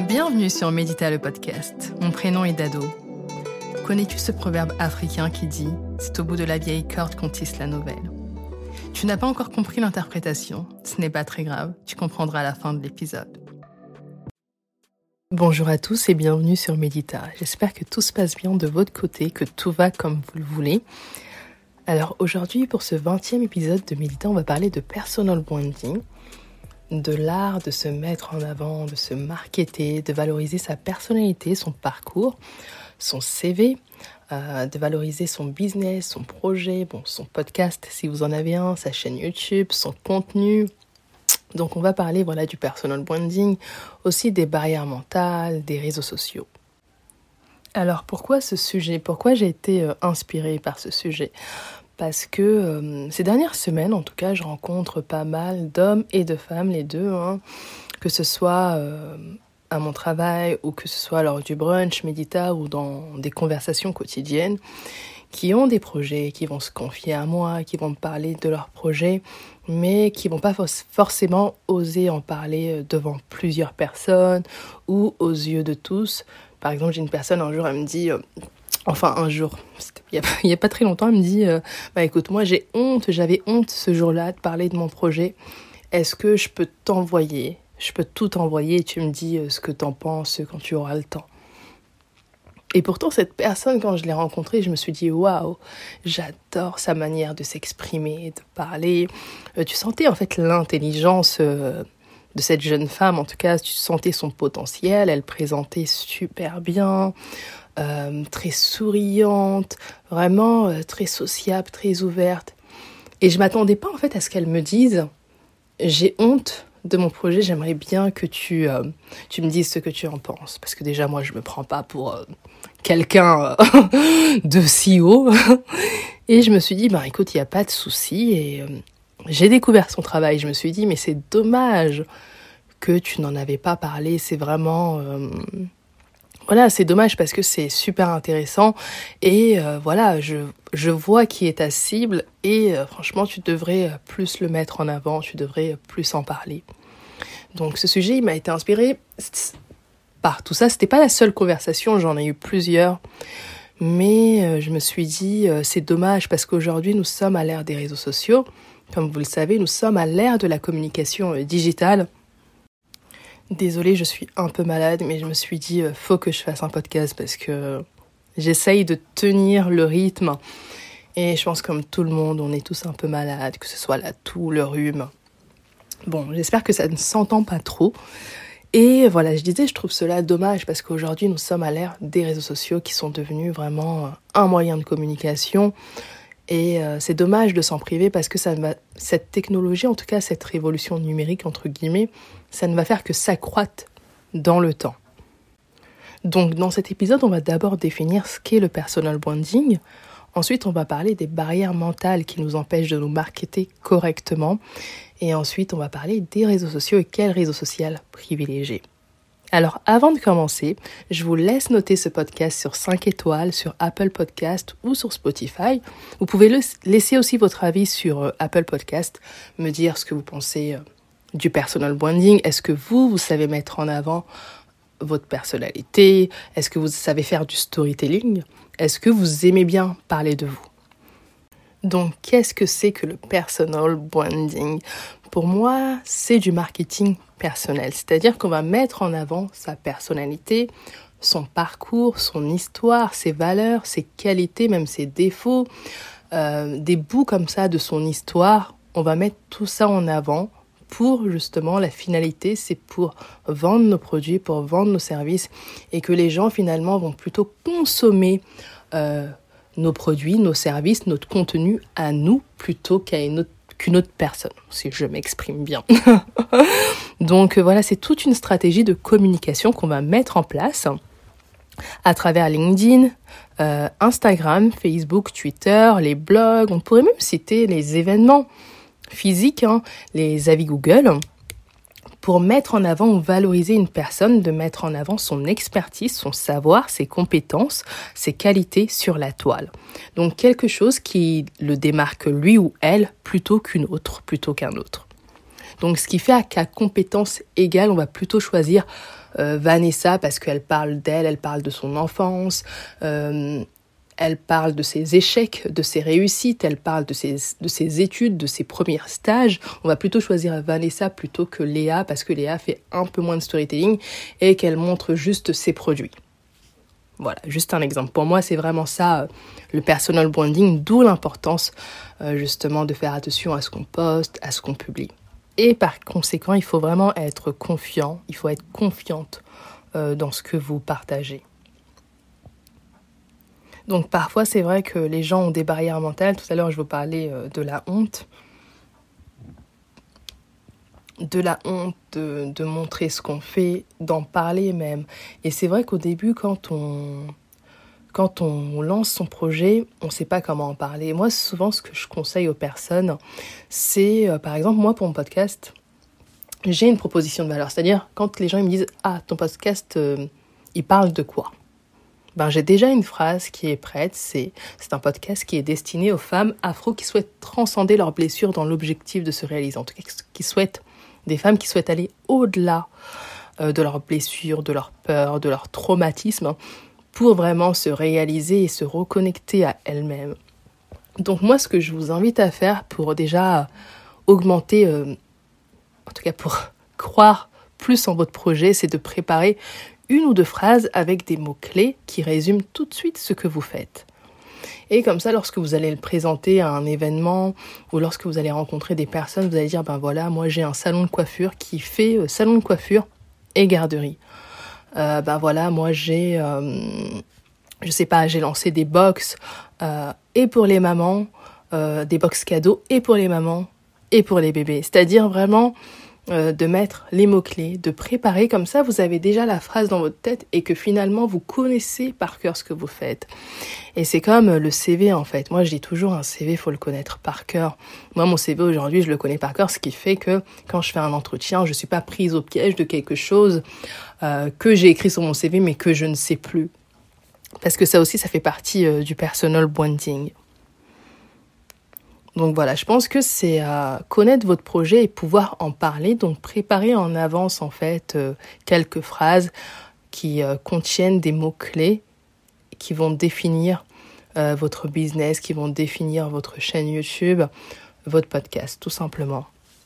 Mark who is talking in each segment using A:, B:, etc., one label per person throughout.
A: Bienvenue sur Médita le podcast. Mon prénom est Dado. Connais-tu ce proverbe africain qui dit « C'est au bout de la vieille corde qu'on tisse la nouvelle ». Tu n'as pas encore compris l'interprétation, ce n'est pas très grave, tu comprendras à la fin de l'épisode. Bonjour à tous et bienvenue sur Médita. J'espère que tout se passe bien de votre côté, que tout va comme vous le voulez. Alors aujourd'hui, pour ce 20e épisode de Médita, on va parler de personal branding, de l'art de se mettre en avant, de se marketer, de valoriser sa personnalité, son parcours, son CV, de valoriser son business, son projet, son podcast si vous en avez un, sa chaîne YouTube, son contenu. Donc on va parler du personal branding, aussi des barrières mentales, des réseaux sociaux. Alors pourquoi ce sujet ? Pourquoi j'ai été inspirée par ce sujet ? Parce que ces dernières semaines, en tout cas, je rencontre pas mal d'hommes et de femmes, les deux, que ce soit à mon travail ou que ce soit lors du brunch Médita ou dans des conversations quotidiennes, qui ont des projets, qui vont se confier à moi, qui vont me parler de leurs projets, mais qui vont pas forcément oser en parler devant plusieurs personnes ou aux yeux de tous. Par exemple, j'ai une personne, un jour, elle me dit... un jour, il y a pas très longtemps, elle me dit écoute, moi j'avais honte ce jour-là de parler de mon projet. Est-ce que je peux t'envoyer ? Je peux tout t'envoyer et tu me dis ce que t'en penses quand tu auras le temps. Et pourtant, cette personne, quand je l'ai rencontrée, je me suis dit waouh, j'adore sa manière de s'exprimer, de parler. Tu sentais en fait l'intelligence de cette jeune femme, en tout cas, tu sentais son potentiel, elle présentait super bien. Très souriante, vraiment très sociable, très ouverte. Et je m'attendais pas en fait à ce qu'elle me dise « J'ai honte de mon projet, j'aimerais bien que tu me dises ce que tu en penses. » Parce que déjà, moi, je me prends pas pour quelqu'un de si haut. Et je me suis dit, écoute, il n'y a pas de souci. Et j'ai découvert son travail. Je me suis dit, mais c'est dommage que tu n'en avais pas parlé. C'est vraiment... c'est dommage parce que c'est super intéressant et je vois qui est ta cible et franchement, tu devrais plus le mettre en avant, tu devrais plus en parler. Donc ce sujet, il m'a été inspiré par tout ça. C'était pas la seule conversation, j'en ai eu plusieurs, mais je me suis dit, c'est dommage parce qu'aujourd'hui, nous sommes à l'ère des réseaux sociaux. Comme vous le savez, nous sommes à l'ère de la communication digitale. Désolée, je suis un peu malade, mais je me suis dit, faut que je fasse un podcast parce que j'essaye de tenir le rythme. Et je pense comme tout le monde, on est tous un peu malades, que ce soit la toux, le rhume. J'espère que ça ne s'entend pas trop. Et je disais, je trouve cela dommage parce qu'aujourd'hui, nous sommes à l'ère des réseaux sociaux qui sont devenus vraiment un moyen de communication. Et c'est dommage de s'en priver parce que cette technologie, en tout cas cette révolution numérique, entre guillemets, ça ne va faire que s'accroître dans le temps. Donc dans cet épisode, on va d'abord définir ce qu'est le personal branding. Ensuite, on va parler des barrières mentales qui nous empêchent de nous marketer correctement. Et ensuite, on va parler des réseaux sociaux et quel réseau social privilégier. Alors, avant de commencer, je vous laisse noter ce podcast sur 5 étoiles, sur Apple Podcast ou sur Spotify. Vous pouvez laisser aussi votre avis sur Apple Podcast, me dire ce que vous pensez du personal branding. Est-ce que vous savez mettre en avant votre personnalité ? Est-ce que vous savez faire du storytelling ? Est-ce que vous aimez bien parler de vous ? Donc, qu'est-ce que c'est que le personal branding ? Pour moi, c'est du marketing personnel. C'est-à-dire qu'on va mettre en avant sa personnalité, son parcours, son histoire, ses valeurs, ses qualités, même ses défauts, des bouts comme ça de son histoire. On va mettre tout ça en avant pour justement la finalité, c'est pour vendre nos produits, pour vendre nos services et que les gens finalement vont plutôt consommer nos produits, nos services, notre contenu à nous plutôt qu'une autre personne, si je m'exprime bien. Donc c'est toute une stratégie de communication qu'on va mettre en place à travers LinkedIn, Instagram, Facebook, Twitter, les blogs. On pourrait même citer les événements physiques, les avis Google, pour mettre en avant ou valoriser une personne, de mettre en avant son expertise, son savoir, ses compétences, ses qualités sur la toile. Donc quelque chose qui le démarque lui ou elle plutôt qu'un autre. Donc ce qui fait qu'à compétences égales, on va plutôt choisir Vanessa parce qu'elle parle d'elle, elle parle de son enfance, elle parle de ses échecs, de ses réussites, elle parle de ses études, de ses premiers stages. On va plutôt choisir Vanessa plutôt que Léa parce que Léa fait un peu moins de storytelling et qu'elle montre juste ses produits. Voilà, juste un exemple. Pour moi, c'est vraiment ça, le personal branding, d'où l'importance justement de faire attention à ce qu'on poste, à ce qu'on publie. Et par conséquent, il faut vraiment être confiant, il faut être confiante dans ce que vous partagez. Donc parfois, c'est vrai que les gens ont des barrières mentales. Tout à l'heure, je vous parlais de la honte. De la honte, de montrer ce qu'on fait, d'en parler même. Et c'est vrai qu'au début, quand on lance son projet, on ne sait pas comment en parler. Moi, souvent, ce que je conseille aux personnes, c'est, par exemple, moi, pour mon podcast, j'ai une proposition de valeur. C'est-à-dire, quand les gens ils me disent « Ah, ton podcast, il parle de quoi ?» J'ai déjà une phrase qui est prête. C'est un podcast qui est destiné aux femmes afro qui souhaitent transcender leurs blessures dans l'objectif de se réaliser. En tout cas, des femmes qui souhaitent aller au-delà de leurs blessures, de leurs peurs, de leurs traumatismes, pour vraiment se réaliser et se reconnecter à elles-mêmes. Donc moi, ce que je vous invite à faire pour déjà augmenter, en tout cas pour croire plus en votre projet, c'est de préparer 1 ou 2 phrases avec des mots-clés qui résument tout de suite ce que vous faites. Et comme ça, lorsque vous allez le présenter à un événement ou lorsque vous allez rencontrer des personnes, vous allez dire, voilà, moi j'ai un salon de coiffure qui fait salon de coiffure et garderie. Voilà, moi j'ai, j'ai lancé des box et pour les mamans, des box cadeaux et pour les mamans et pour les bébés. C'est-à-dire vraiment de mettre les mots-clés, de préparer, comme ça vous avez déjà la phrase dans votre tête et que finalement vous connaissez par cœur ce que vous faites. Et c'est comme le CV en fait. Moi je dis toujours un CV, il faut le connaître par cœur. Moi mon CV aujourd'hui je le connais par cœur, ce qui fait que quand je fais un entretien, je suis pas prise au piège de quelque chose que j'ai écrit sur mon CV mais que je ne sais plus. Parce que ça aussi ça fait partie du personal branding. Donc voilà, je pense que c'est connaître votre projet et pouvoir en parler. Donc préparer en avance en fait quelques phrases qui contiennent des mots-clés qui vont définir votre business, qui vont définir votre chaîne YouTube, votre podcast, tout simplement.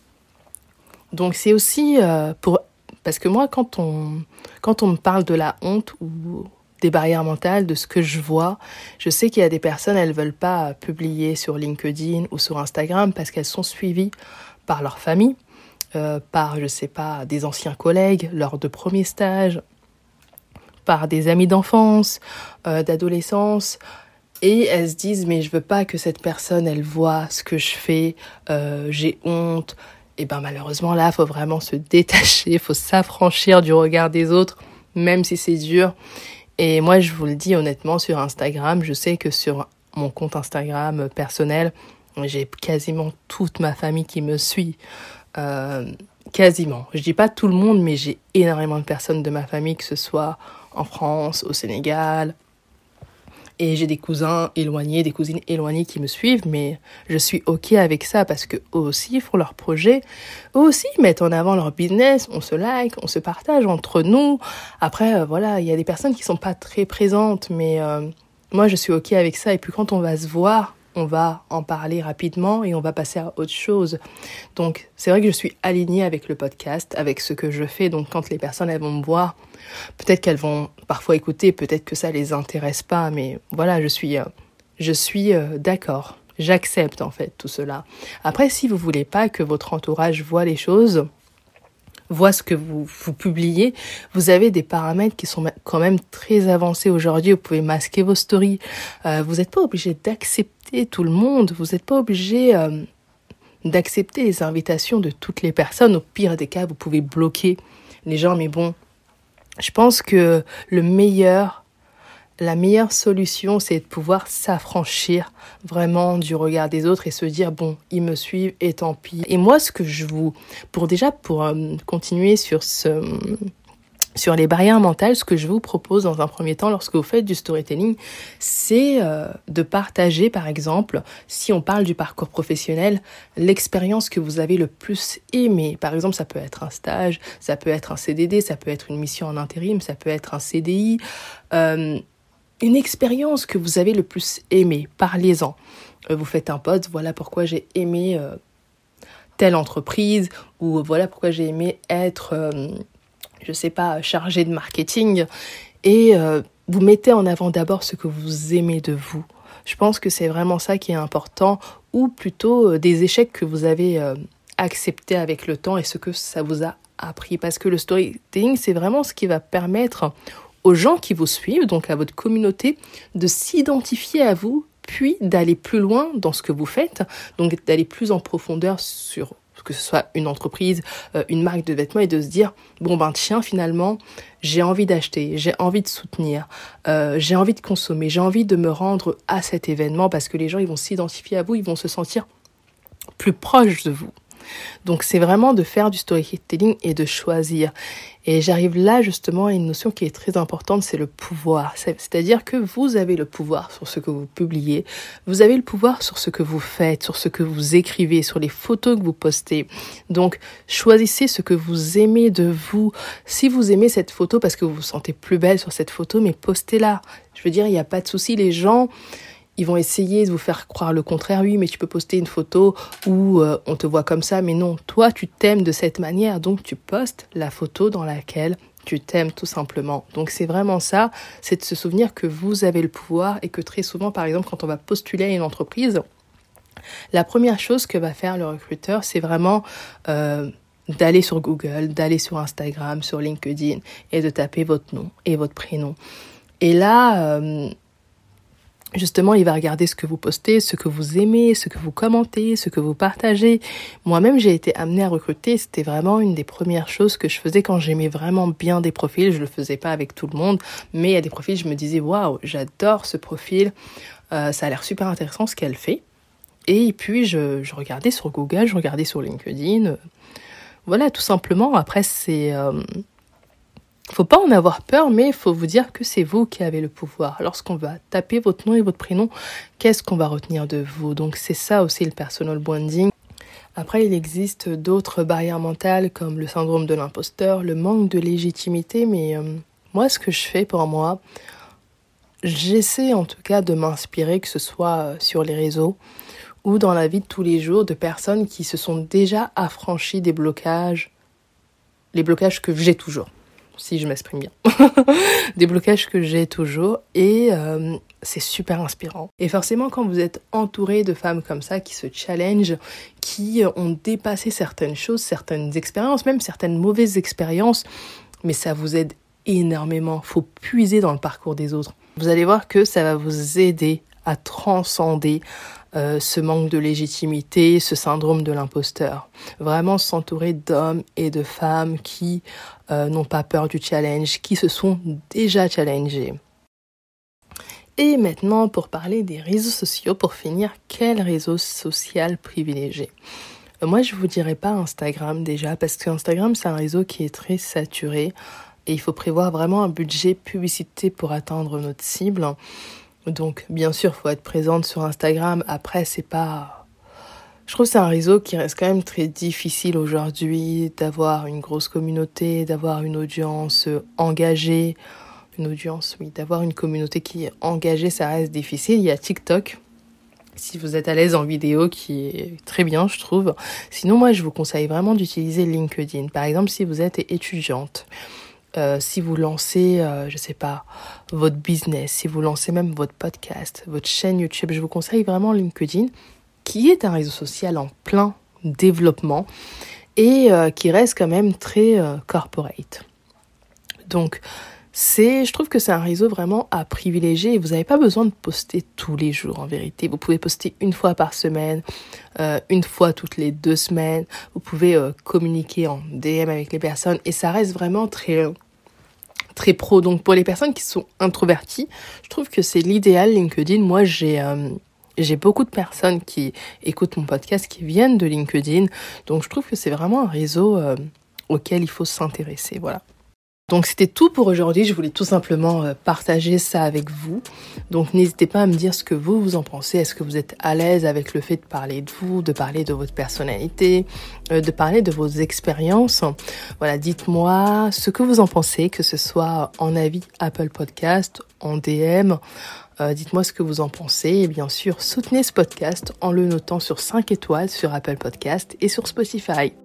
A: Donc c'est aussi parce que moi quand on me parle de la honte ou des barrières mentales, de ce que je vois. Je sais qu'il y a des personnes, elles veulent pas publier sur LinkedIn ou sur Instagram parce qu'elles sont suivies par leur famille, par, des anciens collègues lors de premiers stages, par des amis d'enfance, d'adolescence. Et elles se disent, mais je veux pas que cette personne, elle voit ce que je fais, j'ai honte. Et malheureusement, là, il faut vraiment se détacher, il faut s'affranchir du regard des autres, même si c'est dur. Et moi, je vous le dis honnêtement, sur Instagram, je sais que sur mon compte Instagram personnel, j'ai quasiment toute ma famille qui me suit. Quasiment. Je dis pas tout le monde, mais j'ai énormément de personnes de ma famille, que ce soit en France, au Sénégal. Et j'ai des cousins éloignés, des cousines éloignées qui me suivent, mais je suis OK avec ça parce que eux aussi font leur projet. Eux aussi mettent en avant leur business, on se like, on se partage entre nous. Après, il y a des personnes qui sont pas très présentes, mais moi je suis OK avec ça. Et puis quand on va se voir, on va en parler rapidement et on va passer à autre chose. Donc c'est vrai que je suis alignée avec le podcast, avec ce que je fais. Donc quand les personnes elles vont me voir, peut-être qu'elles vont parfois écouter, peut-être que ça les intéresse pas, mais voilà, je suis d'accord. J'accepte en fait tout cela. Après, si vous voulez pas que votre entourage voit les choses, voit ce que vous publiez, vous avez des paramètres qui sont quand même très avancés aujourd'hui. Vous pouvez masquer vos stories. Vous n'êtes pas obligé d'accepter tout le monde. Vous n'êtes pas obligé d'accepter les invitations de toutes les personnes. Au pire des cas, vous pouvez bloquer les gens. Mais bon, je pense que la meilleure solution, c'est de pouvoir s'affranchir vraiment du regard des autres et se dire, bon, ils me suivent et tant pis. Et moi, pour continuer sur Sur les barrières mentales, ce que je vous propose dans un premier temps lorsque vous faites du storytelling, c'est de partager, par exemple, si on parle du parcours professionnel, l'expérience que vous avez le plus aimée. Par exemple, ça peut être un stage, ça peut être un CDD, ça peut être une mission en intérim, ça peut être un CDI. Une expérience que vous avez le plus aimée, parlez-en. Vous faites un post, voilà pourquoi j'ai aimé telle entreprise, ou voilà pourquoi j'ai aimé être... chargé de marketing, et vous mettez en avant d'abord ce que vous aimez de vous. Je pense que c'est vraiment ça qui est important, ou plutôt des échecs que vous avez acceptés avec le temps et ce que ça vous a appris. Parce que le storytelling, c'est vraiment ce qui va permettre aux gens qui vous suivent, donc à votre communauté, de s'identifier à vous, puis d'aller plus loin dans ce que vous faites, donc d'aller plus en profondeur sur que ce soit une entreprise, une marque de vêtements, et de se dire, tiens, finalement, j'ai envie d'acheter, j'ai envie de soutenir, j'ai envie de consommer, j'ai envie de me rendre à cet événement, parce que les gens, ils vont s'identifier à vous, ils vont se sentir plus proches de vous. Donc c'est vraiment de faire du storytelling et de choisir. Et j'arrive là justement à une notion qui est très importante, c'est le pouvoir. C'est-à-dire que vous avez le pouvoir sur ce que vous publiez, vous avez le pouvoir sur ce que vous faites, sur ce que vous écrivez, sur les photos que vous postez. Donc choisissez ce que vous aimez de vous. Si vous aimez cette photo parce que vous vous sentez plus belle sur cette photo, mais postez-la. Je veux dire, il n'y a pas de souci, les gens... Ils vont essayer de vous faire croire le contraire. Oui, mais tu peux poster une photo où on te voit comme ça. Mais non, toi, tu t'aimes de cette manière. Donc, tu postes la photo dans laquelle tu t'aimes tout simplement. Donc, c'est vraiment ça. C'est de se souvenir que vous avez le pouvoir et que très souvent, par exemple, quand on va postuler à une entreprise, la première chose que va faire le recruteur, c'est vraiment... d'aller sur Google, d'aller sur Instagram, sur LinkedIn et de taper votre nom et votre prénom. Et là... justement, il va regarder ce que vous postez, ce que vous aimez, ce que vous commentez, ce que vous partagez. Moi-même, j'ai été amenée à recruter. C'était vraiment une des premières choses que je faisais quand j'aimais vraiment bien des profils. Je le faisais pas avec tout le monde, mais il y a des profils, je me disais, waouh, j'adore ce profil. Ça a l'air super intéressant ce qu'elle fait. Et puis, je regardais sur Google, je regardais sur LinkedIn. Voilà, tout simplement. Après, c'est... faut pas en avoir peur, mais il faut vous dire que c'est vous qui avez le pouvoir. Lorsqu'on va taper votre nom et votre prénom, qu'est-ce qu'on va retenir de vous? Donc c'est ça aussi le personal branding. Après, il existe d'autres barrières mentales comme le syndrome de l'imposteur, le manque de légitimité, mais moi, ce que je fais pour moi, j'essaie en tout cas de m'inspirer, que ce soit sur les réseaux ou dans la vie de tous les jours, de personnes qui se sont déjà affranchies des blocages, les blocages que j'ai toujours. Si je m'exprime bien, des blocages que j'ai toujours, et c'est super inspirant. Et forcément, quand vous êtes entouré de femmes comme ça, qui se challengent, qui ont dépassé certaines choses, certaines expériences, même certaines mauvaises expériences, mais ça vous aide énormément. Faut puiser dans le parcours des autres. Vous allez voir que ça va vous aider à transcender ce manque de légitimité, ce syndrome de l'imposteur. Vraiment s'entourer d'hommes et de femmes qui n'ont pas peur du challenge, qui se sont déjà challengés. Et maintenant, pour parler des réseaux sociaux, pour finir, quel réseau social privilégié ? Moi, je vous dirais pas Instagram déjà, parce que Instagram, c'est un réseau qui est très saturé et il faut prévoir vraiment un budget publicité pour atteindre notre cible. Donc, bien sûr, il faut être présente sur Instagram. Après, c'est pas... Je trouve que c'est un réseau qui reste quand même très difficile aujourd'hui d'avoir une grosse communauté, d'avoir une audience engagée. D'avoir une communauté qui est engagée, ça reste difficile. Il y a TikTok, si vous êtes à l'aise en vidéo, qui est très bien, je trouve. Sinon, moi, je vous conseille vraiment d'utiliser LinkedIn. Par exemple, si vous êtes étudiante, si vous lancez, votre business, si vous lancez même votre podcast, votre chaîne YouTube, je vous conseille vraiment LinkedIn, qui est un réseau social en plein développement et qui reste quand même très corporate. Donc, je trouve que c'est un réseau vraiment à privilégier et vous n'avez pas besoin de poster tous les jours en vérité. Vous pouvez poster une fois par semaine, une fois toutes les 2 semaines. Vous pouvez communiquer en DM avec les personnes et ça reste vraiment très pro. Donc pour les personnes qui sont introverties, je trouve que c'est l'idéal LinkedIn. Moi, j'ai beaucoup de personnes qui écoutent mon podcast qui viennent de LinkedIn. Donc je trouve que c'est vraiment un réseau auquel il faut s'intéresser. Voilà. Donc c'était tout pour aujourd'hui, je voulais tout simplement partager ça avec vous. Donc n'hésitez pas à me dire ce que vous en pensez. Est-ce que vous êtes à l'aise avec le fait de parler de vous, de parler de votre personnalité, de parler de vos expériences? Voilà, dites-moi ce que vous en pensez, que ce soit en avis Apple Podcast, en DM. Dites-moi ce que vous en pensez et bien sûr soutenez ce podcast en le notant sur 5 étoiles sur Apple Podcast et sur Spotify.